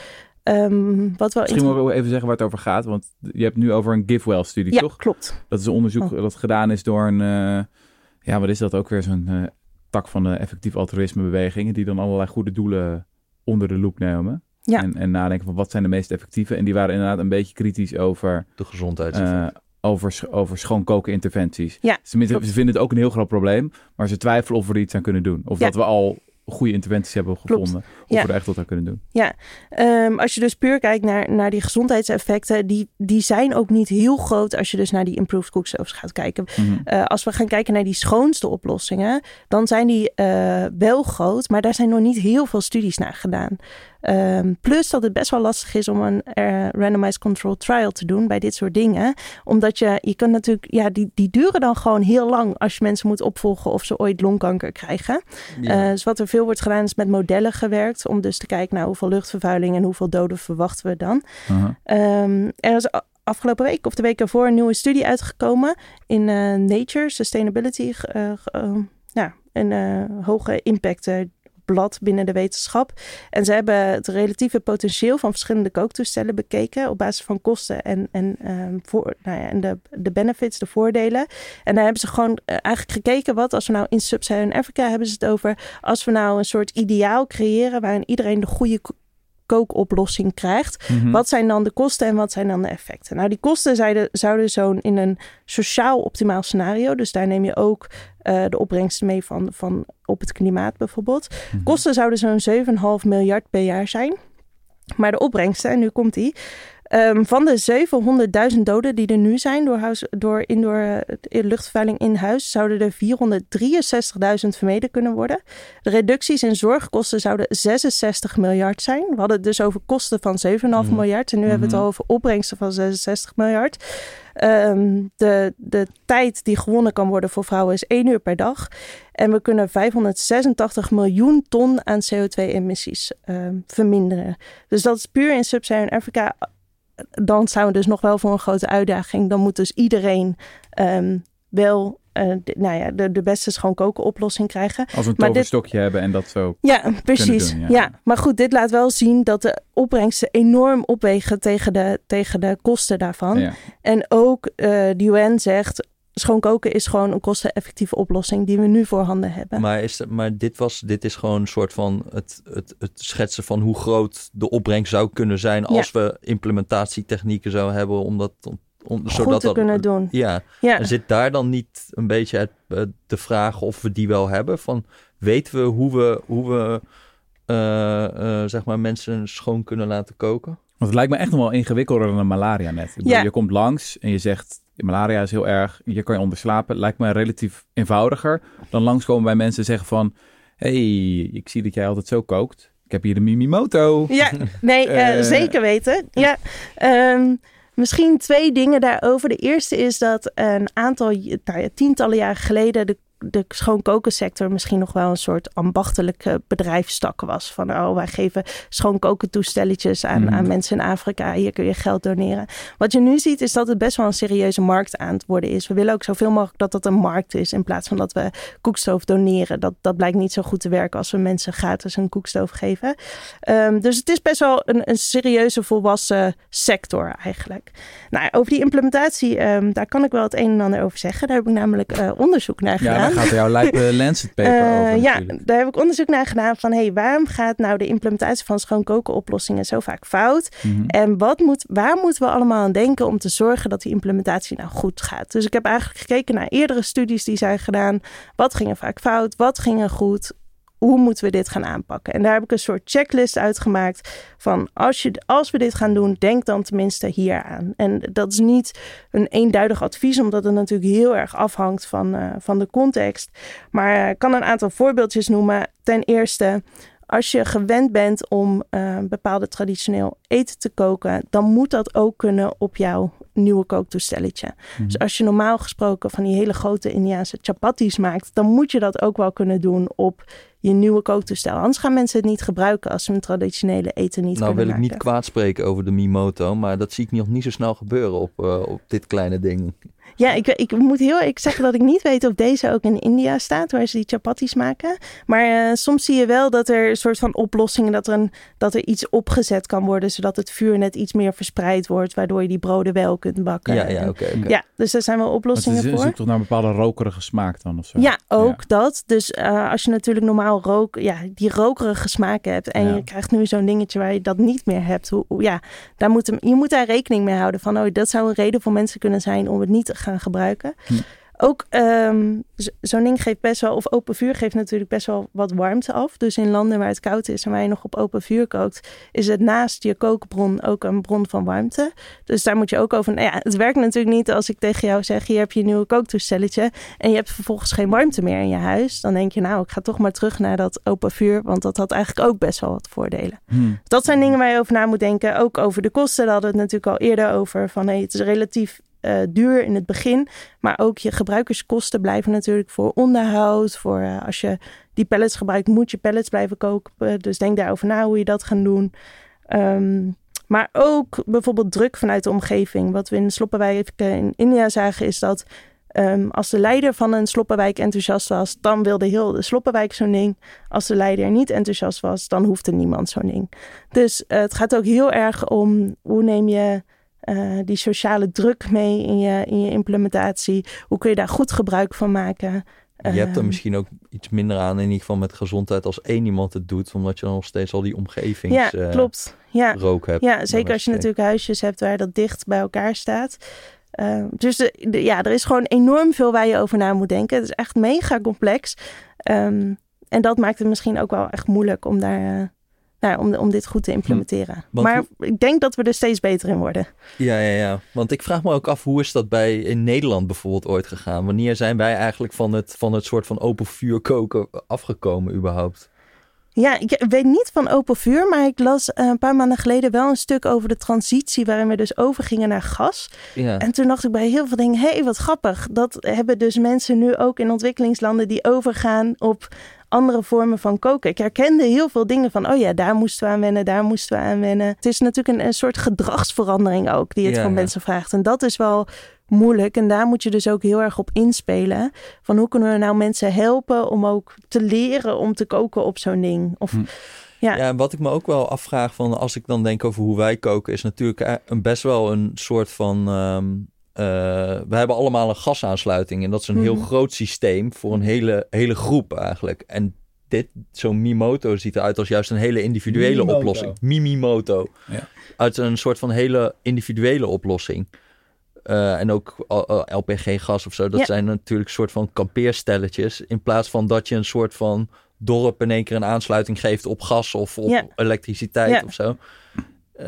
Um, wat wel Misschien inter- mogen we even zeggen waar het over gaat. Want je hebt nu over een GiveWell-studie, ja, toch? Ja, klopt. Dat is een onderzoek oh. dat gedaan is door een... Uh, ja, wat is dat ook weer? Zo'n uh, tak van de effectief altruïsmebewegingen... die dan allerlei goede doelen onder de loep nemen. Ja. En, en nadenken van wat zijn de meest effectieve. En die waren inderdaad een beetje kritisch over... de gezondheidseffecten. Uh, over, over schoonkoken interventies. Ja, ze, ze vinden het ook een heel groot probleem... maar ze twijfelen of we er iets aan kunnen doen. Of ja. dat we al... goede interventies hebben gevonden. Klopt. Of ja. we er echt wat aan kunnen doen. Ja, um, als je dus puur kijkt naar, naar die gezondheidseffecten, die, die zijn ook niet heel groot als je dus naar die improved cookstoves gaat kijken. Mm-hmm. Uh, als we gaan kijken naar die schoonste oplossingen, dan zijn die uh, wel groot, maar daar zijn nog niet heel veel studies naar gedaan. Um, plus dat het best wel lastig is om een uh, randomized controlled trial te doen bij dit soort dingen. Omdat je, je kan natuurlijk, ja, die, die duren dan gewoon heel lang als je mensen moet opvolgen of ze ooit longkanker krijgen. Ja. Uh, dus wat er veel wordt gedaan is met modellen gewerkt om dus te kijken naar hoeveel luchtvervuiling en hoeveel doden verwachten we dan. Uh-huh. Um, er is afgelopen week of de week ervoor een nieuwe studie uitgekomen in uh, Nature Sustainability. Uh, uh, ja, een uh, hoge impact uh, blad binnen de wetenschap. En ze hebben het relatieve potentieel van verschillende kooktoestellen bekeken op basis van kosten en, en, um, voor, nou ja, en de, de benefits, de voordelen. En daar hebben ze gewoon uh, eigenlijk gekeken wat als we nou in Sub-Saharan Afrika hebben ze het over, als we nou een soort ideaal creëren waarin iedereen de goede kookoplossing krijgt. Mm-hmm. Wat zijn dan de kosten en wat zijn dan de effecten? Nou, die kosten zouden, zouden zo'n in een sociaal optimaal scenario, dus daar neem je ook uh, de opbrengsten mee van, van op het klimaat bijvoorbeeld. Mm-hmm. Kosten zouden zo'n zeven komma vijf miljard per jaar zijn. Maar de opbrengsten, en nu komt die, um, van de zevenhonderdduizend doden die er nu zijn door, huis, door indoor uh, luchtvervuiling in huis, zouden er vierhonderddrieënzestigduizend vermeden kunnen worden. De reducties in zorgkosten zouden zesenzestig miljard zijn. We hadden het dus over kosten van zeven komma vijf mm. miljard en nu mm-hmm. hebben we het al over opbrengsten van zesenzestig miljard. Um, de, de tijd die gewonnen kan worden voor vrouwen is één uur per dag. En we kunnen vijfhonderdzesentachtig miljoen ton aan C O twee emissies um, verminderen. Dus dat is puur in Sub-Saharan Afrika. Dan staan we dus nog wel voor een grote uitdaging. Dan moet dus iedereen um, wel uh, de, nou ja, de, de beste schoon koken oplossing krijgen. Als we een toverstokje dit... hebben en dat zo Ja, precies. Doen, ja. ja, maar goed, dit laat wel zien dat de opbrengsten enorm opwegen tegen de, tegen de kosten daarvan. Ja. En ook uh, de U N zegt, schoon koken is gewoon een kosteneffectieve oplossing die we nu voorhanden hebben. Maar, is, maar dit, was, dit is gewoon een soort van het, het, het schetsen van hoe groot de opbrengst zou kunnen zijn als ja. we implementatietechnieken zouden hebben om dat om, goed zodat te dat, kunnen doen. Ja. ja, en zit daar dan niet een beetje het, de vraag of we die wel hebben? Van weten we hoe we, hoe we uh, uh, zeg maar mensen schoon kunnen laten koken? Want het lijkt me echt nog wel ingewikkelder dan een malaria net. Ik bedoel, ja. Je komt langs en je zegt, malaria is heel erg, hier kan je onder slapen. Lijkt me relatief eenvoudiger dan langskomen bij mensen en zeggen van, hey, ik zie dat jij altijd zo kookt. Ik heb hier de Mimimoto. Ja, nee, uh, uh, zeker weten. Ja, um, misschien twee dingen daarover. De eerste is dat een aantal, nou ja, tientallen jaren geleden de de schoonkokensector misschien nog wel een soort ambachtelijke bedrijfstak was. Van oh, wij geven schoonkokentoestelletjes aan, mm. aan mensen in Afrika. Hier kun je geld doneren. Wat je nu ziet is dat het best wel een serieuze markt aan het worden is. We willen ook zoveel mogelijk dat dat een markt is in plaats van dat we koekstoof doneren. Dat, dat blijkt niet zo goed te werken als we mensen gratis een koekstoof geven. Um, dus het is best wel een, een serieuze volwassen sector eigenlijk. Nou, over die implementatie, um, daar kan ik wel het een en ander over zeggen. Daar heb ik namelijk uh, onderzoek naar gedaan. Ja, daar gaat jouw lijpe Lancet paper uh, over Ja, natuurlijk. Daar heb ik onderzoek naar gedaan van hey, waarom gaat nou de implementatie van schoonkokenoplossingen zo vaak fout? Mm-hmm. En wat moet, waar moeten we allemaal aan denken om te zorgen dat die implementatie nou goed gaat? Dus ik heb eigenlijk gekeken naar eerdere studies die zijn gedaan. Wat ging er vaak fout? Wat ging er goed? Hoe moeten we dit gaan aanpakken? En daar heb ik een soort checklist uitgemaakt van als, je, als we dit gaan doen, denk dan tenminste hier aan. En dat is niet een eenduidig advies, omdat het natuurlijk heel erg afhangt van, uh, van de context. Maar ik kan een aantal voorbeeldjes noemen. Ten eerste, als je gewend bent om uh, bepaalde traditioneel eten te koken, dan moet dat ook kunnen op jouw nieuwe kooktoestelletje. Mm-hmm. Dus als je normaal gesproken van die hele grote Indiaanse chapatis maakt, dan moet je dat ook wel kunnen doen op je nieuwe kooktoestel. Anders gaan mensen het niet gebruiken als ze hun traditionele eten niet nou, kunnen maken. Nou wil ik niet kwaad spreken over de Mimoto, maar dat zie ik nog niet zo snel gebeuren op, uh, op dit kleine ding. Ja, ik, ik moet heel eerlijk zeggen dat ik niet weet of deze ook in India staat, waar ze die chapatis maken. Maar uh, soms zie je wel dat er een soort van oplossingen, dat er, een, dat er iets opgezet kan worden, zodat het vuur net iets meer verspreid wordt, waardoor je die broden wel kunt bakken. Ja, ja, oké. Okay, okay. Ja, dus daar zijn wel oplossingen voor. Je zoekt toch naar een bepaalde rokerige smaak dan of zo? Ja, ook ja. dat. Dus uh, als je natuurlijk normaal rook, ja, die rokerige smaken hebt en ja. je krijgt nu zo'n dingetje waar je dat niet meer hebt. Hoe, hoe, ja, daar moet, je moet daar rekening mee houden van, oh, dat zou een reden voor mensen kunnen zijn om het niet te gaan gebruiken. Hm. Ook um, zo, zo'n ding geeft best wel, of open vuur geeft natuurlijk best wel wat warmte af. Dus in landen waar het koud is en waar je nog op open vuur kookt, is het naast je kookbron ook een bron van warmte. Dus daar moet je ook over. Nou ja, het werkt natuurlijk niet als ik tegen jou zeg, hier heb je een nieuwe kooktoestelletje en je hebt vervolgens geen warmte meer in je huis. Dan denk je, nou, ik ga toch maar terug naar dat open vuur, want dat had eigenlijk ook best wel wat voordelen. Hmm. Dat zijn dingen waar je over na moet denken. Ook over de kosten, daar hadden we het natuurlijk al eerder over. Van hey, het is relatief Uh, duur in het begin, maar ook je gebruikerskosten blijven natuurlijk voor onderhoud, voor uh, als je die pellets gebruikt, moet je pellets blijven koken, dus denk daarover na hoe je dat gaat doen. Um, maar ook bijvoorbeeld druk vanuit de omgeving. Wat we in de sloppenwijken in India zagen is dat um, als de leider van een sloppenwijk enthousiast was, dan wilde heel de sloppenwijk zo'n ding. Als de leider niet enthousiast was, dan hoefde niemand zo'n ding. Dus uh, het gaat ook heel erg om hoe neem je Uh, die sociale druk mee in je, in je implementatie. Hoe kun je daar goed gebruik van maken? Je hebt er misschien ook iets minder aan, in ieder geval met gezondheid, als één iemand het doet, omdat je dan nog steeds al die omgevings ja, uh, klopt. Ja. rook hebt. Ja, zeker als je natuurlijk huisjes hebt waar dat dicht bij elkaar staat. Uh, dus de, de, ja, er is gewoon enorm veel waar je over na moet denken. Het is echt mega complex. Um, en dat maakt het misschien ook wel echt moeilijk om daar Uh, Nou, om, om dit goed te implementeren. Hm, maar hoe, ik denk dat we er steeds beter in worden. Ja, ja, ja. Want ik vraag me ook af, hoe is dat bij in Nederland bijvoorbeeld ooit gegaan? Wanneer zijn wij eigenlijk van het, van het soort van open vuur koken afgekomen überhaupt? Ja, ik weet niet van open vuur, maar ik las een paar maanden geleden wel een stuk over de transitie waarin we dus overgingen naar gas. Ja. En toen dacht ik bij heel veel dingen, hé, hey, wat grappig. Dat hebben dus mensen nu ook in ontwikkelingslanden die overgaan op andere vormen van koken. Ik herkende heel veel dingen van, oh ja, daar moesten we aan wennen, daar moesten we aan wennen. Het is natuurlijk een, een soort gedragsverandering ook die het ja, van ja. mensen vraagt. En dat is wel moeilijk. En daar moet je dus ook heel erg op inspelen. Van hoe kunnen we nou mensen helpen om ook te leren om te koken op zo'n ding? Of, hm. ja. ja, en wat ik me ook wel afvraag van als ik dan denk over hoe wij koken, is natuurlijk een, best wel een soort van Um, Uh, we hebben allemaal een gasaansluiting. En dat is een Mm-hmm. heel groot systeem voor een hele, hele groep eigenlijk. En dit, zo'n Mimoto ziet eruit als juist een hele individuele Mimoto. oplossing. Mimimoto. Ja. Uit een soort van hele individuele oplossing. Uh, en ook uh, L P G-gas of zo. Dat Ja. zijn natuurlijk een soort van kampeerstelletjes. In plaats van dat je een soort van dorp in één keer een aansluiting geeft op gas of op Ja. elektriciteit Ja. of zo. Uh,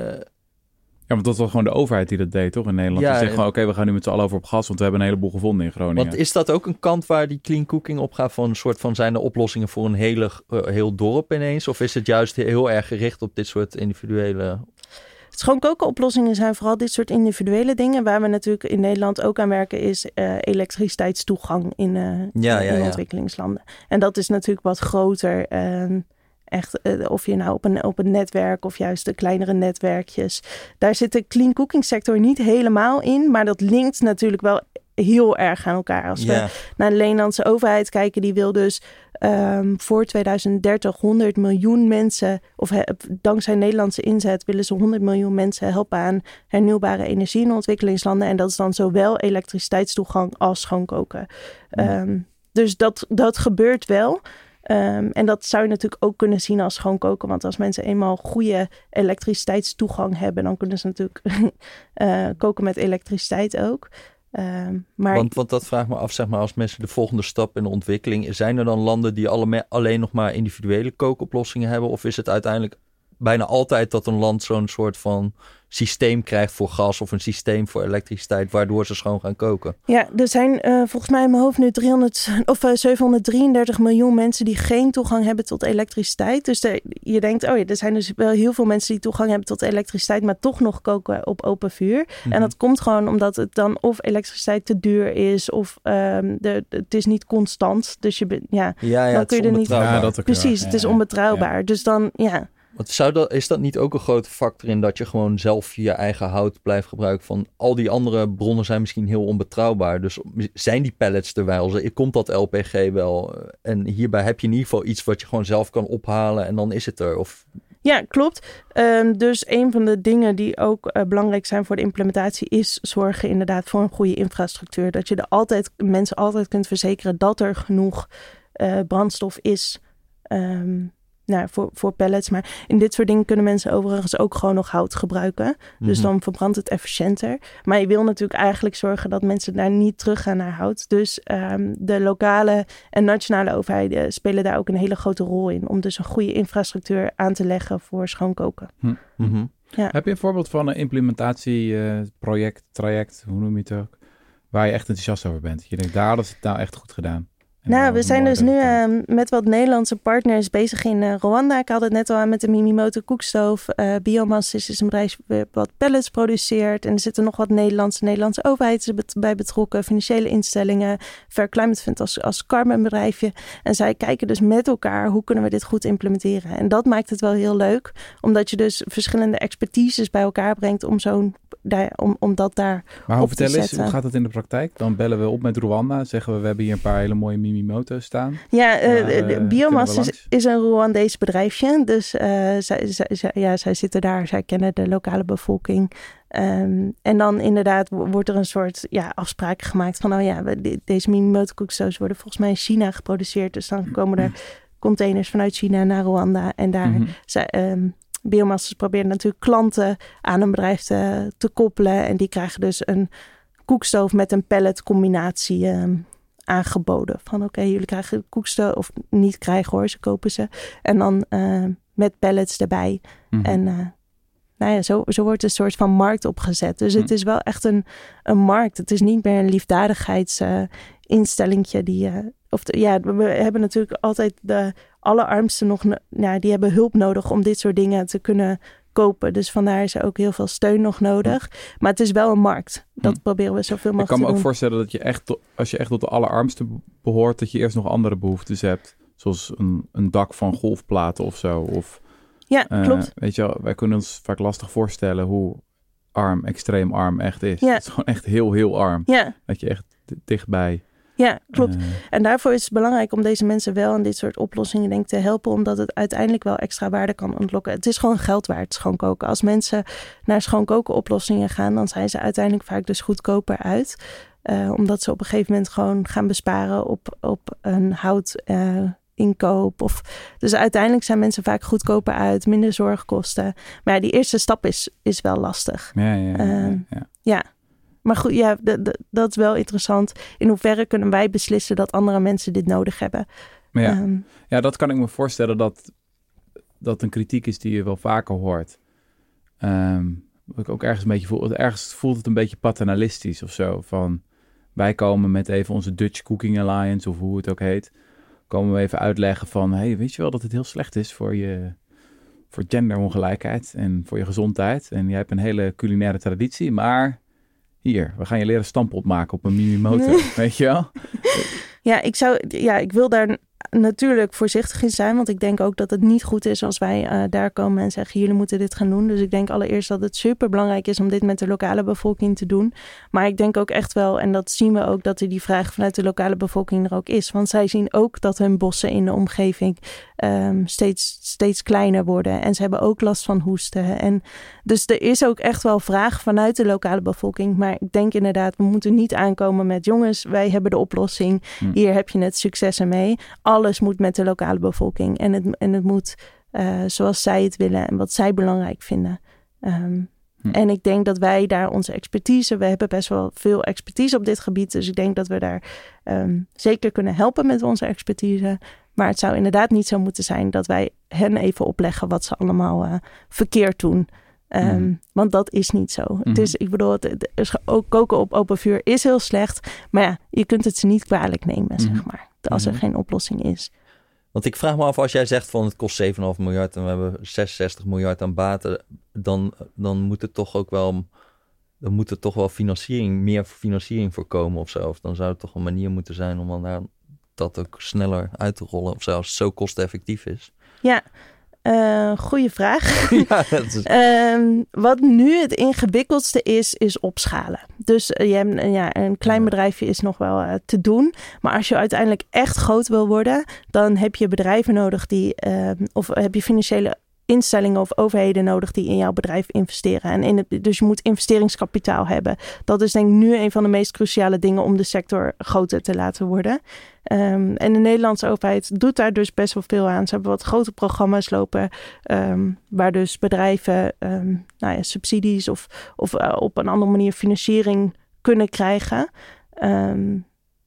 Ja, want dat was gewoon de overheid die dat deed, toch? In Nederland. Ja, Die zegt en- gewoon, oké, we gaan nu met z'n allen over op gas, want we hebben een heleboel gevonden in Groningen. Want is dat ook een kant waar die clean cooking op gaat? Van een soort van, zijn er oplossingen voor een hele, uh, heel dorp ineens? Of is het juist heel erg gericht op dit soort individuele... Schoon koken oplossingen zijn vooral dit soort individuele dingen. Waar we natuurlijk in Nederland ook aan werken is uh, elektriciteitstoegang in, uh, Ja, in ja, ja. ontwikkelingslanden. En dat is natuurlijk wat groter. Uh, echt, uh, of je nou op een, op een netwerk of juist de kleinere netwerkjes. Daar zit de clean cooking sector niet helemaal in. Maar dat linkt natuurlijk wel heel erg aan elkaar. Als Ja. we naar de Nederlandse overheid kijken, die wil dus um, voor tweeduizend dertig honderd miljoen mensen, of he, dankzij Nederlandse inzet willen ze honderd miljoen mensen helpen aan hernieuwbare energie in ontwikkelingslanden. En dat is dan zowel elektriciteitstoegang als schoonkoken. Ja. Um, dus dat, dat gebeurt wel. Um, en dat zou je natuurlijk ook kunnen zien als schoonkoken. Want als mensen eenmaal goede elektriciteitstoegang hebben, dan kunnen ze natuurlijk uh, koken met elektriciteit ook. Um, maar... want, want dat vraagt me af, zeg maar, als mensen de volgende stap in de ontwikkeling... zijn er dan landen die alle, alleen nog maar individuele kookoplossingen hebben? Of is het uiteindelijk bijna altijd dat een land zo'n soort van systeem krijgt voor gas... of een systeem voor elektriciteit, waardoor ze schoon gaan koken? Ja, er zijn uh, volgens mij in mijn hoofd nu driehonderd, of, uh, zevenhonderddrieëndertig miljoen mensen... die geen toegang hebben tot elektriciteit. Dus er, je denkt, oh ja, er zijn dus wel heel veel mensen... die toegang hebben tot elektriciteit... maar toch nog koken op open vuur. Mm-hmm. En dat komt gewoon omdat het dan of elektriciteit te duur is... of um, de, de, het is niet constant. Dus je ben, ja, ja, ja, dan kun je er niet... Ja, dat ook Precies, wel. het is Ja, onbetrouwbaar. Ja. Dus dan, ja... Want zou dat, is dat niet ook een grote factor in dat je gewoon zelf je eigen hout blijft gebruiken? Van al die andere bronnen zijn misschien heel onbetrouwbaar. Dus zijn die pallets er wel? Komt dat L P G wel? En hierbij heb je in ieder geval iets wat je gewoon zelf kan ophalen en dan is het er. Of... Ja, klopt. Um, dus een van de dingen die ook uh, belangrijk zijn voor de implementatie is zorgen inderdaad voor een goede infrastructuur. Dat je er altijd, mensen altijd kunt verzekeren dat er genoeg uh, brandstof is. Um, Nou, voor, voor pallets. Maar in dit soort dingen kunnen mensen overigens ook gewoon nog hout gebruiken. Mm-hmm. Dus dan verbrandt het efficiënter. Maar je wil natuurlijk eigenlijk zorgen dat mensen daar niet teruggaan naar hout. Dus um, de lokale en nationale overheden spelen daar ook een hele grote rol in. Om dus een goede infrastructuur aan te leggen voor schoonkoken. Mm-hmm. Ja. Heb je een voorbeeld van een implementatieproject, uh, traject, hoe noem je het ook? Waar je echt enthousiast over bent. Je denkt, daar hadden ze het nou echt goed gedaan. En nou, we zijn dus nu uh, met wat Nederlandse partners bezig in uh, Rwanda. Ik had het net al aan met de Mimimoto koekstoof. Uh, Biomass is, is een bedrijf wat pellets produceert. En er zitten nog wat Nederlandse, Nederlandse overheden bij betrokken. Financiële instellingen. Fair Climate Fund als, als carbonbedrijfje. En zij kijken dus met elkaar hoe kunnen we dit goed implementeren. En dat maakt het wel heel leuk. Omdat je dus verschillende expertises bij elkaar brengt om zo'n... Daar, om, om dat daar maar hoe op te vertel eens, zetten. Hoe gaat het in de praktijk? Dan bellen we op met Rwanda. Zeggen we, we hebben hier een paar hele mooie Mimimoto's staan. Ja, uh, maar, uh, Biomass is, is een Rwandees bedrijfje. Dus uh, zij, zij, zij, ja, zij zitten daar. Zij kennen de lokale bevolking. Um, en dan inderdaad wordt er een soort ja, afspraak gemaakt van... oh ja, we, deze Mimimoto koekstoofs worden volgens mij in China geproduceerd. Dus dan komen er containers vanuit China naar Rwanda. En daar... Mm-hmm. Zij, um, Biomass probeert natuurlijk klanten aan een bedrijf te, te koppelen. En die krijgen dus een koekstoof met een pellet combinatie um, aangeboden. Van oké, okay, jullie krijgen koekstoof, of niet krijgen hoor, ze kopen ze. En dan uh, met pellets erbij. Mm-hmm. En uh, nou ja, zo, zo wordt een soort van markt opgezet. Dus mm. het is wel echt een, een markt. Het is niet meer een liefdadigheidsinstellingje uh, die... Uh, Of de, ja, we hebben natuurlijk altijd de allerarmsten nog... Ja, die hebben hulp nodig om dit soort dingen te kunnen kopen. Dus vandaar is er ook heel veel steun nog nodig. Maar het is wel een markt. Dat hm. proberen we zoveel mogelijk te doen. Ik kan me ook voorstellen dat je echt... als je echt tot de allerarmsten behoort... dat je eerst nog andere behoeftes hebt. Zoals een, een dak van golfplaten of zo. Of, ja, uh, klopt. Weet je wel, wij kunnen ons vaak lastig voorstellen... hoe arm, extreem arm echt is. Ja. Het is gewoon echt heel, heel arm. Ja. Dat je echt d- dichtbij... Ja, klopt. Uh, en daarvoor is het belangrijk om deze mensen wel aan dit soort oplossingen denk ik, te helpen, omdat het uiteindelijk wel extra waarde kan ontlokken. Het is gewoon geld waard, schoonkoken. Als mensen naar schoonkoken oplossingen gaan, dan zijn ze uiteindelijk vaak dus goedkoper uit. Uh, omdat ze op een gegeven moment gewoon gaan besparen op, op een hout uh, inkoop. Of, dus uiteindelijk zijn mensen vaak goedkoper uit, minder zorgkosten. Maar ja, die eerste stap is, is wel lastig. Ja, ja, ja. Uh, ja, ja. ja. Maar goed, ja, d- d- dat is wel interessant. In hoeverre kunnen wij beslissen dat andere mensen dit nodig hebben? Maar ja, Um, ja, dat kan ik me voorstellen dat dat een kritiek is die je wel vaker hoort. Um, wat ik ook ergens een beetje voel. Ergens voelt het een beetje paternalistisch of zo. Van wij komen met even onze Dutch Cooking Alliance of hoe het ook heet. Komen we even uitleggen van, hey, weet je wel dat het heel slecht is voor je voor genderongelijkheid en voor je gezondheid. En jij hebt een hele culinaire traditie, maar hier, we gaan je leren stampot maken op een Mimimoto, nee. Weet je wel? Ja, ik zou, ja, ik wil daar natuurlijk voorzichtig in zijn, want ik denk ook dat het niet goed is als wij uh, daar komen en zeggen, jullie moeten dit gaan doen. Dus ik denk allereerst dat het super belangrijk is om dit met de lokale bevolking te doen. Maar ik denk ook echt wel, en dat zien we ook, dat er die vraag vanuit de lokale bevolking er ook is. Want zij zien ook dat hun bossen in de omgeving um, steeds, steeds kleiner worden. En ze hebben ook last van hoesten. En dus er is ook echt wel vraag vanuit de lokale bevolking. Maar ik denk inderdaad, we moeten niet aankomen met, jongens, wij hebben de oplossing. Hm. Hier heb je het succes ermee. Alles moet met de lokale bevolking. En het, en het moet uh, zoals zij het willen en wat zij belangrijk vinden. Um, hm. En ik denk dat wij daar onze expertise... We hebben best wel veel expertise op dit gebied. Dus ik denk dat we daar um, zeker kunnen helpen met onze expertise. Maar het zou inderdaad niet zo moeten zijn dat wij hen even opleggen wat ze allemaal uh, verkeerd doen. Um, mm. Want dat is niet zo. Mm. Het is, ik bedoel, het, het is, ook koken op open vuur is heel slecht. Maar ja, je kunt het ze niet kwalijk nemen, mm. zeg maar. Als er mm. geen oplossing is. Want ik vraag me af, als jij zegt van het kost zeven komma vijf miljard en we hebben zesenzestig miljard aan baten, dan, dan moet het toch ook wel, dan moet er toch wel financiering, meer financiering voorkomen of zo. Of dan zou het toch een manier moeten zijn om dan daar, dat ook sneller uit te rollen of zo, als het zo kosteffectief is. Ja. Uh, goeie vraag. Ja, dat is... um, wat nu het ingewikkeldste is, is opschalen. Dus uh, je hebt, uh, ja, een klein bedrijfje is nog wel uh, te doen. Maar als je uiteindelijk echt groot wil worden, dan heb je bedrijven nodig die, uh, of heb je financiële instellingen of overheden nodig die in jouw bedrijf investeren. En in het, dus je moet investeringskapitaal hebben. Dat is denk ik nu een van de meest cruciale dingen om de sector groter te laten worden. Um, en de Nederlandse overheid doet daar dus best wel veel aan. Ze hebben wat grote programma's lopen um, waar dus bedrijven um, nou ja, subsidies of, of uh, op een andere manier financiering kunnen krijgen. Um,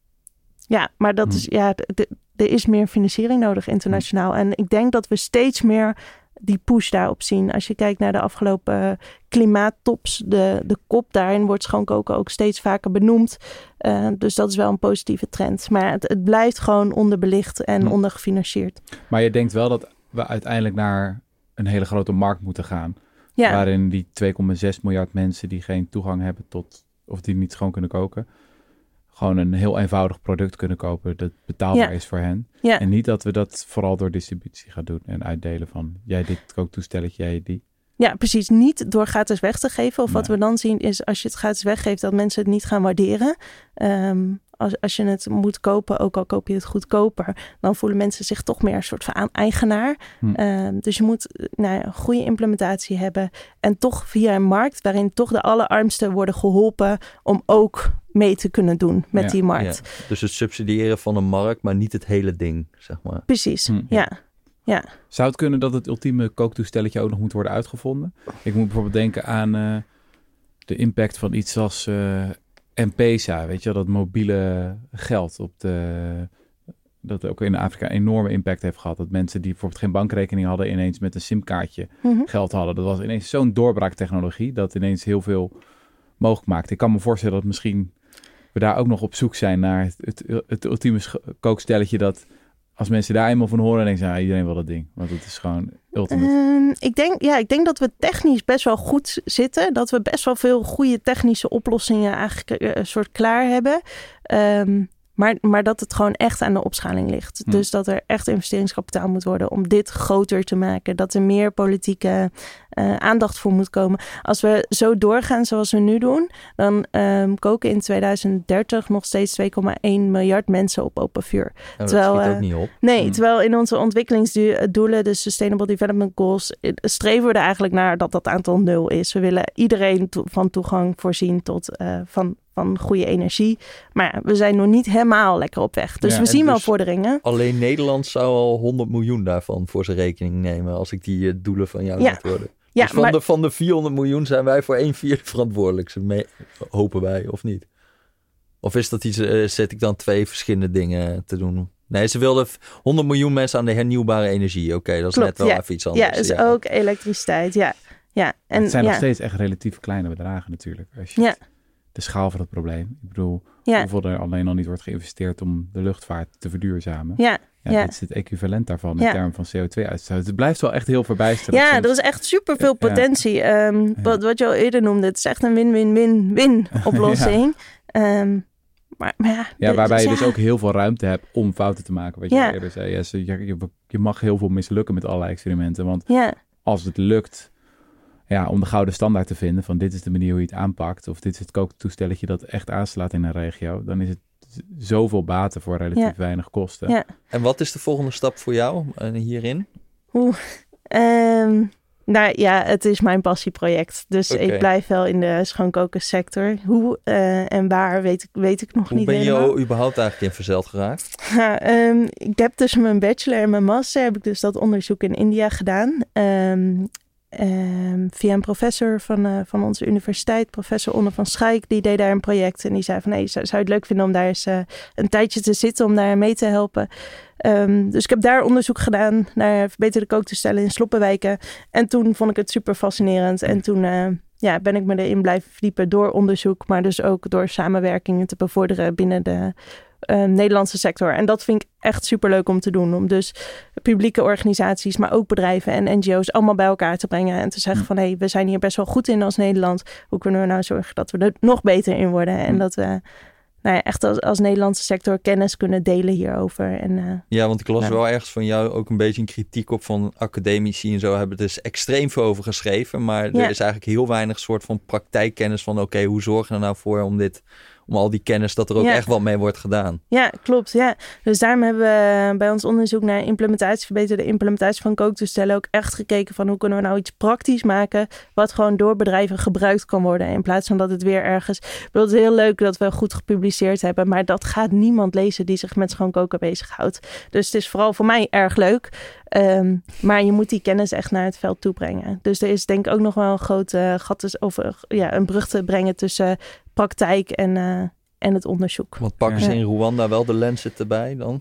ja, maar dat is, ja, d- d- er is meer financiering nodig internationaal. En ik denk dat we steeds meer die push daarop zien. Als je kijkt naar de afgelopen uh, klimaattops, de, de kop daarin wordt schoonkoken ook steeds vaker benoemd. Uh, dus dat is wel een positieve trend. Maar het, het blijft gewoon onderbelicht en hm. ondergefinancierd. Maar je denkt wel dat we uiteindelijk naar een hele grote markt moeten gaan. Ja. Waarin die twee komma zes miljard mensen die geen toegang hebben tot, of die niet schoon kunnen koken, gewoon een heel eenvoudig product kunnen kopen dat betaalbaar ja. is voor hen. Ja. En niet dat we dat vooral door distributie gaan doen en uitdelen van jij dit kooktoestelletje, jij die. Ja, precies. Niet door gratis weg te geven. Of nee. Wat we dan zien is als je het gratis weggeeft, dat mensen het niet gaan waarderen. Um, als, als je het moet kopen, ook al koop je het goedkoper, dan voelen mensen zich toch meer een soort van eigenaar. Hm. Um, dus je moet nou ja, een goede implementatie hebben. En toch via een markt waarin toch de allerarmsten worden geholpen om ook mee te kunnen doen met ja. die markt. Ja. Dus het subsidiëren van een markt, maar niet het hele ding, zeg maar. Precies, hm. ja. Ja. Zou het kunnen dat het ultieme kooktoestelletje ook nog moet worden uitgevonden? Ik moet bijvoorbeeld denken aan uh, de impact van iets als uh, M-Pesa, weet je wel, dat mobiele geld op de, dat ook in Afrika een enorme impact heeft gehad. Dat mensen die bijvoorbeeld geen bankrekening hadden ineens met een simkaartje mm-hmm. geld hadden. Dat was ineens zo'n doorbraaktechnologie dat ineens heel veel mogelijk maakt. Ik kan me voorstellen dat misschien we daar ook nog op zoek zijn naar het, het, het ultieme sch- kookstelletje dat als mensen daar eenmaal van horen, dan denken ze, ja, iedereen wil dat ding. Want het is gewoon ultimate. Um, ik, denk, ja, ik denk dat we technisch best wel goed zitten. Dat we best wel veel goede technische oplossingen eigenlijk uh, een soort klaar hebben. Um, maar, maar dat het gewoon echt aan de opschaling ligt. Hm. Dus dat er echt investeringskapitaal moet worden om dit groter te maken. Dat er meer politieke uh, aandacht voor moet komen. Als we zo doorgaan zoals we nu doen, dan um, koken in tweeduizend dertig nog steeds twee komma één miljard mensen op open vuur. Oh, terwijl, dat schiet uh, ook niet op. Nee, hmm. terwijl in onze ontwikkelingsdoelen, de Sustainable Development Goals, streven we er eigenlijk naar dat dat aantal nul is. We willen iedereen to- van toegang voorzien tot uh, van, van goede energie. Maar ja, we zijn nog niet helemaal lekker op weg. Dus Ja, we zien dus wel vorderingen. Alleen Nederland zou al honderd miljoen daarvan voor zijn rekening nemen als ik die uh, doelen van jou Ja. laat worden. Ja, dus van, maar... de, van de vierhonderd miljoen zijn wij voor een vierde verantwoordelijk. Mee, hopen wij, of niet? Of is dat iets, uh, zet ik dan twee verschillende dingen te doen? Nee, ze wilden honderd miljoen mensen aan de hernieuwbare energie. Oké, okay, dat is Klopt, net wel ja. even iets anders. Ja, is ja. ook elektriciteit, ja. ja. En, het zijn ja. nog steeds echt relatief kleine bedragen natuurlijk. Als je Ja. het, de schaal van het probleem. Ik bedoel, ja. hoeveel er alleen al niet wordt geïnvesteerd om de luchtvaart te verduurzamen. Ja. Ja, ja. dit is het equivalent daarvan in ja. termen van C O twee uitstoot. Het blijft wel echt heel verbijsterend. Ja, soms. er is echt superveel potentie. Ja. Um, ja. wat, wat je al eerder noemde, het is echt een win-win-win-win oplossing. ja. Um, maar, maar ja, ja, de, waarbij dus, je ja. dus ook heel veel ruimte hebt om fouten te maken. Wat je ja. eerder zei. Yes, je, je, je mag heel veel mislukken met allerlei experimenten. Want ja. als het lukt ja, om de gouden standaard te vinden van dit is de manier hoe je het aanpakt. Of dit is het kooktoestelletje dat echt aanslaat in een regio. Dan is het zoveel baten voor relatief ja. weinig kosten. Ja. En wat is de volgende stap voor jou uh, hierin? Oeh, um, nou ja, het is mijn passieproject. Dus okay. ik blijf wel in de schoonkokersector. Hoe uh, en waar weet ik, weet ik nog Hoe niet ben helemaal. je überhaupt eigenlijk in verzeld geraakt? Ja, um, ik heb tussen mijn bachelor en mijn master heb ik dus dat onderzoek in India gedaan. Um, Um, via een professor van, uh, van onze universiteit, professor Onne van Schaik, die deed daar een project. En die zei van, hey, zou, zou je het leuk vinden om daar eens uh, een tijdje te zitten, om daar mee te helpen. Um, dus ik heb daar onderzoek gedaan naar verbeterde kooktoestellen in sloppenwijken. En toen vond ik het super fascinerend. En toen uh, ja, ben ik me erin blijven verdiepen door onderzoek, maar dus ook door samenwerkingen te bevorderen binnen de Uh, Nederlandse sector. En dat vind ik echt superleuk om te doen. Om dus publieke organisaties, maar ook bedrijven en N G O's allemaal bij elkaar te brengen. En te zeggen van, hé, hey, we zijn hier best wel goed in als Nederland. Hoe kunnen we nou zorgen dat we er nog beter in worden? En dat we nou ja, echt als, als Nederlandse sector kennis kunnen delen hierover. En, uh, ja, want ik las nou. wel ergens van jou ook een beetje een kritiek op van academici en zo hebben er dus extreem veel over geschreven. Maar ja. er is eigenlijk heel weinig soort van praktijkkennis van oké, okay, hoe zorgen we er nou voor om dit... om al die kennis dat er ook ja. echt wat mee wordt gedaan. Ja, klopt. Ja. Dus daarom hebben we bij ons onderzoek naar implementatie, verbeterde implementatie van kooktoestellen ook echt gekeken van hoe kunnen we nou iets praktisch maken wat gewoon door bedrijven gebruikt kan worden in plaats van dat het weer ergens... Ik bedoel, het is heel leuk dat we goed gepubliceerd hebben, maar dat gaat niemand lezen die zich met schoon koken bezighoudt. Dus het is vooral voor mij erg leuk. Um, maar je moet die kennis echt naar het veld toe brengen. Dus er is denk ik ook nog wel een grote gat of uh, ja, een brug te brengen tussen praktijk en, uh, en het onderzoek. Want pakken ja. ze in Rwanda wel de Lancet erbij dan?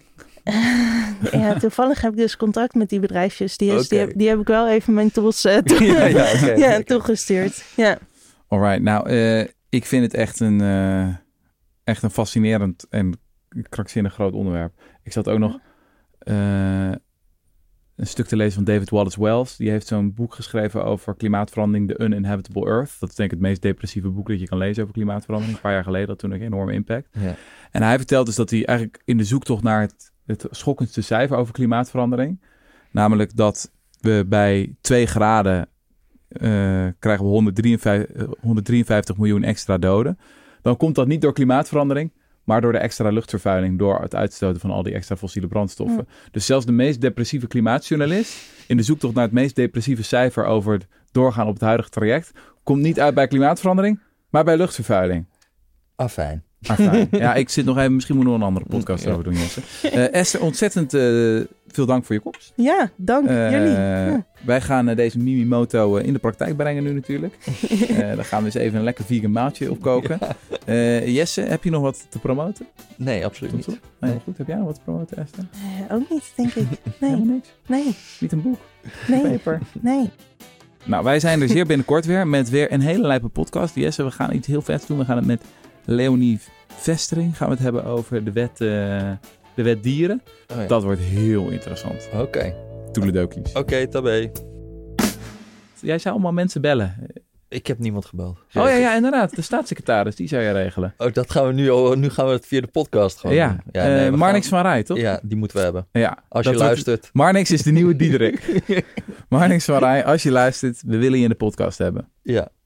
Ja, toevallig heb ik dus contact met die bedrijfjes. Die, is, okay. die, heb, die heb ik wel even mijn tools uh, toe, ja, ja, okay, ja, okay. toegestuurd. Ja. Alright, nou, uh, ik vind het echt een, uh, echt een fascinerend en krankzinnig groot onderwerp. Ik zat ook nog uh, een stuk te lezen van David Wallace Wells. Die heeft zo'n boek geschreven over klimaatverandering, The Uninhabitable Earth. Dat is denk ik het meest depressieve boek dat je kan lezen over klimaatverandering. Een paar jaar geleden had toen een enorme impact. Ja. En hij vertelt dus dat hij eigenlijk in de zoektocht naar het, het schokkendste cijfer over klimaatverandering, namelijk dat we bij twee graden uh, krijgen we honderddrieënvijftig, honderddrieënvijftig miljoen extra doden. Dan komt dat niet door klimaatverandering, maar door de extra luchtvervuiling, door het uitstoten van al die extra fossiele brandstoffen. Ja. Dus zelfs de meest depressieve klimaatjournalist in de zoektocht naar het meest depressieve cijfer over het doorgaan op het huidige traject, komt niet uit bij klimaatverandering, maar bij luchtvervuiling. Ah, fijn. Ah, fijn. Ja, ik zit nog even, misschien moeten we nog een andere podcast ja. over doen, Jesse. Uh, Esther, ontzettend uh, veel dank voor je komst. Ja, dank uh, jullie. Ja. Wij gaan uh, deze Mimimoto uh, in de praktijk brengen nu natuurlijk. Uh, daar gaan we eens even een lekker vegan maaltje op koken. Ja. Uh, Jesse, heb je nog wat te promoten? Nee, absoluut niet. Nee, nee. Goed. Heb jij nog wat te promoten, Esther? Uh, ook niet, denk ik. Nee. Helemaal niks? Nee. Niet een boek? Nee. Paper? Nee. Nou, wij zijn er zeer binnenkort weer met weer een hele lijpe podcast. Jesse, we gaan iets heel vets doen. We gaan het met Leonie Vestering gaan we het hebben over de wet, uh, de wet dieren. Oh ja. Dat wordt heel interessant. Oké. Okay. Toeledokies. Oké, okay, tabé. Jij zou allemaal mensen bellen. Ik heb niemand gebeld. Oh ja, ja, inderdaad. De staatssecretaris, die zou je regelen. Oh, dat gaan we nu al. Nu gaan we het via de podcast gewoon ja. doen. Ja, nee, uh, Marnix gaan... van Rij, toch? Ja, die moeten we hebben. Ja. Als je luistert. Wordt... Marnix is de nieuwe Diederik. Marnix van Rij, als je luistert, we willen je in de podcast hebben. Ja.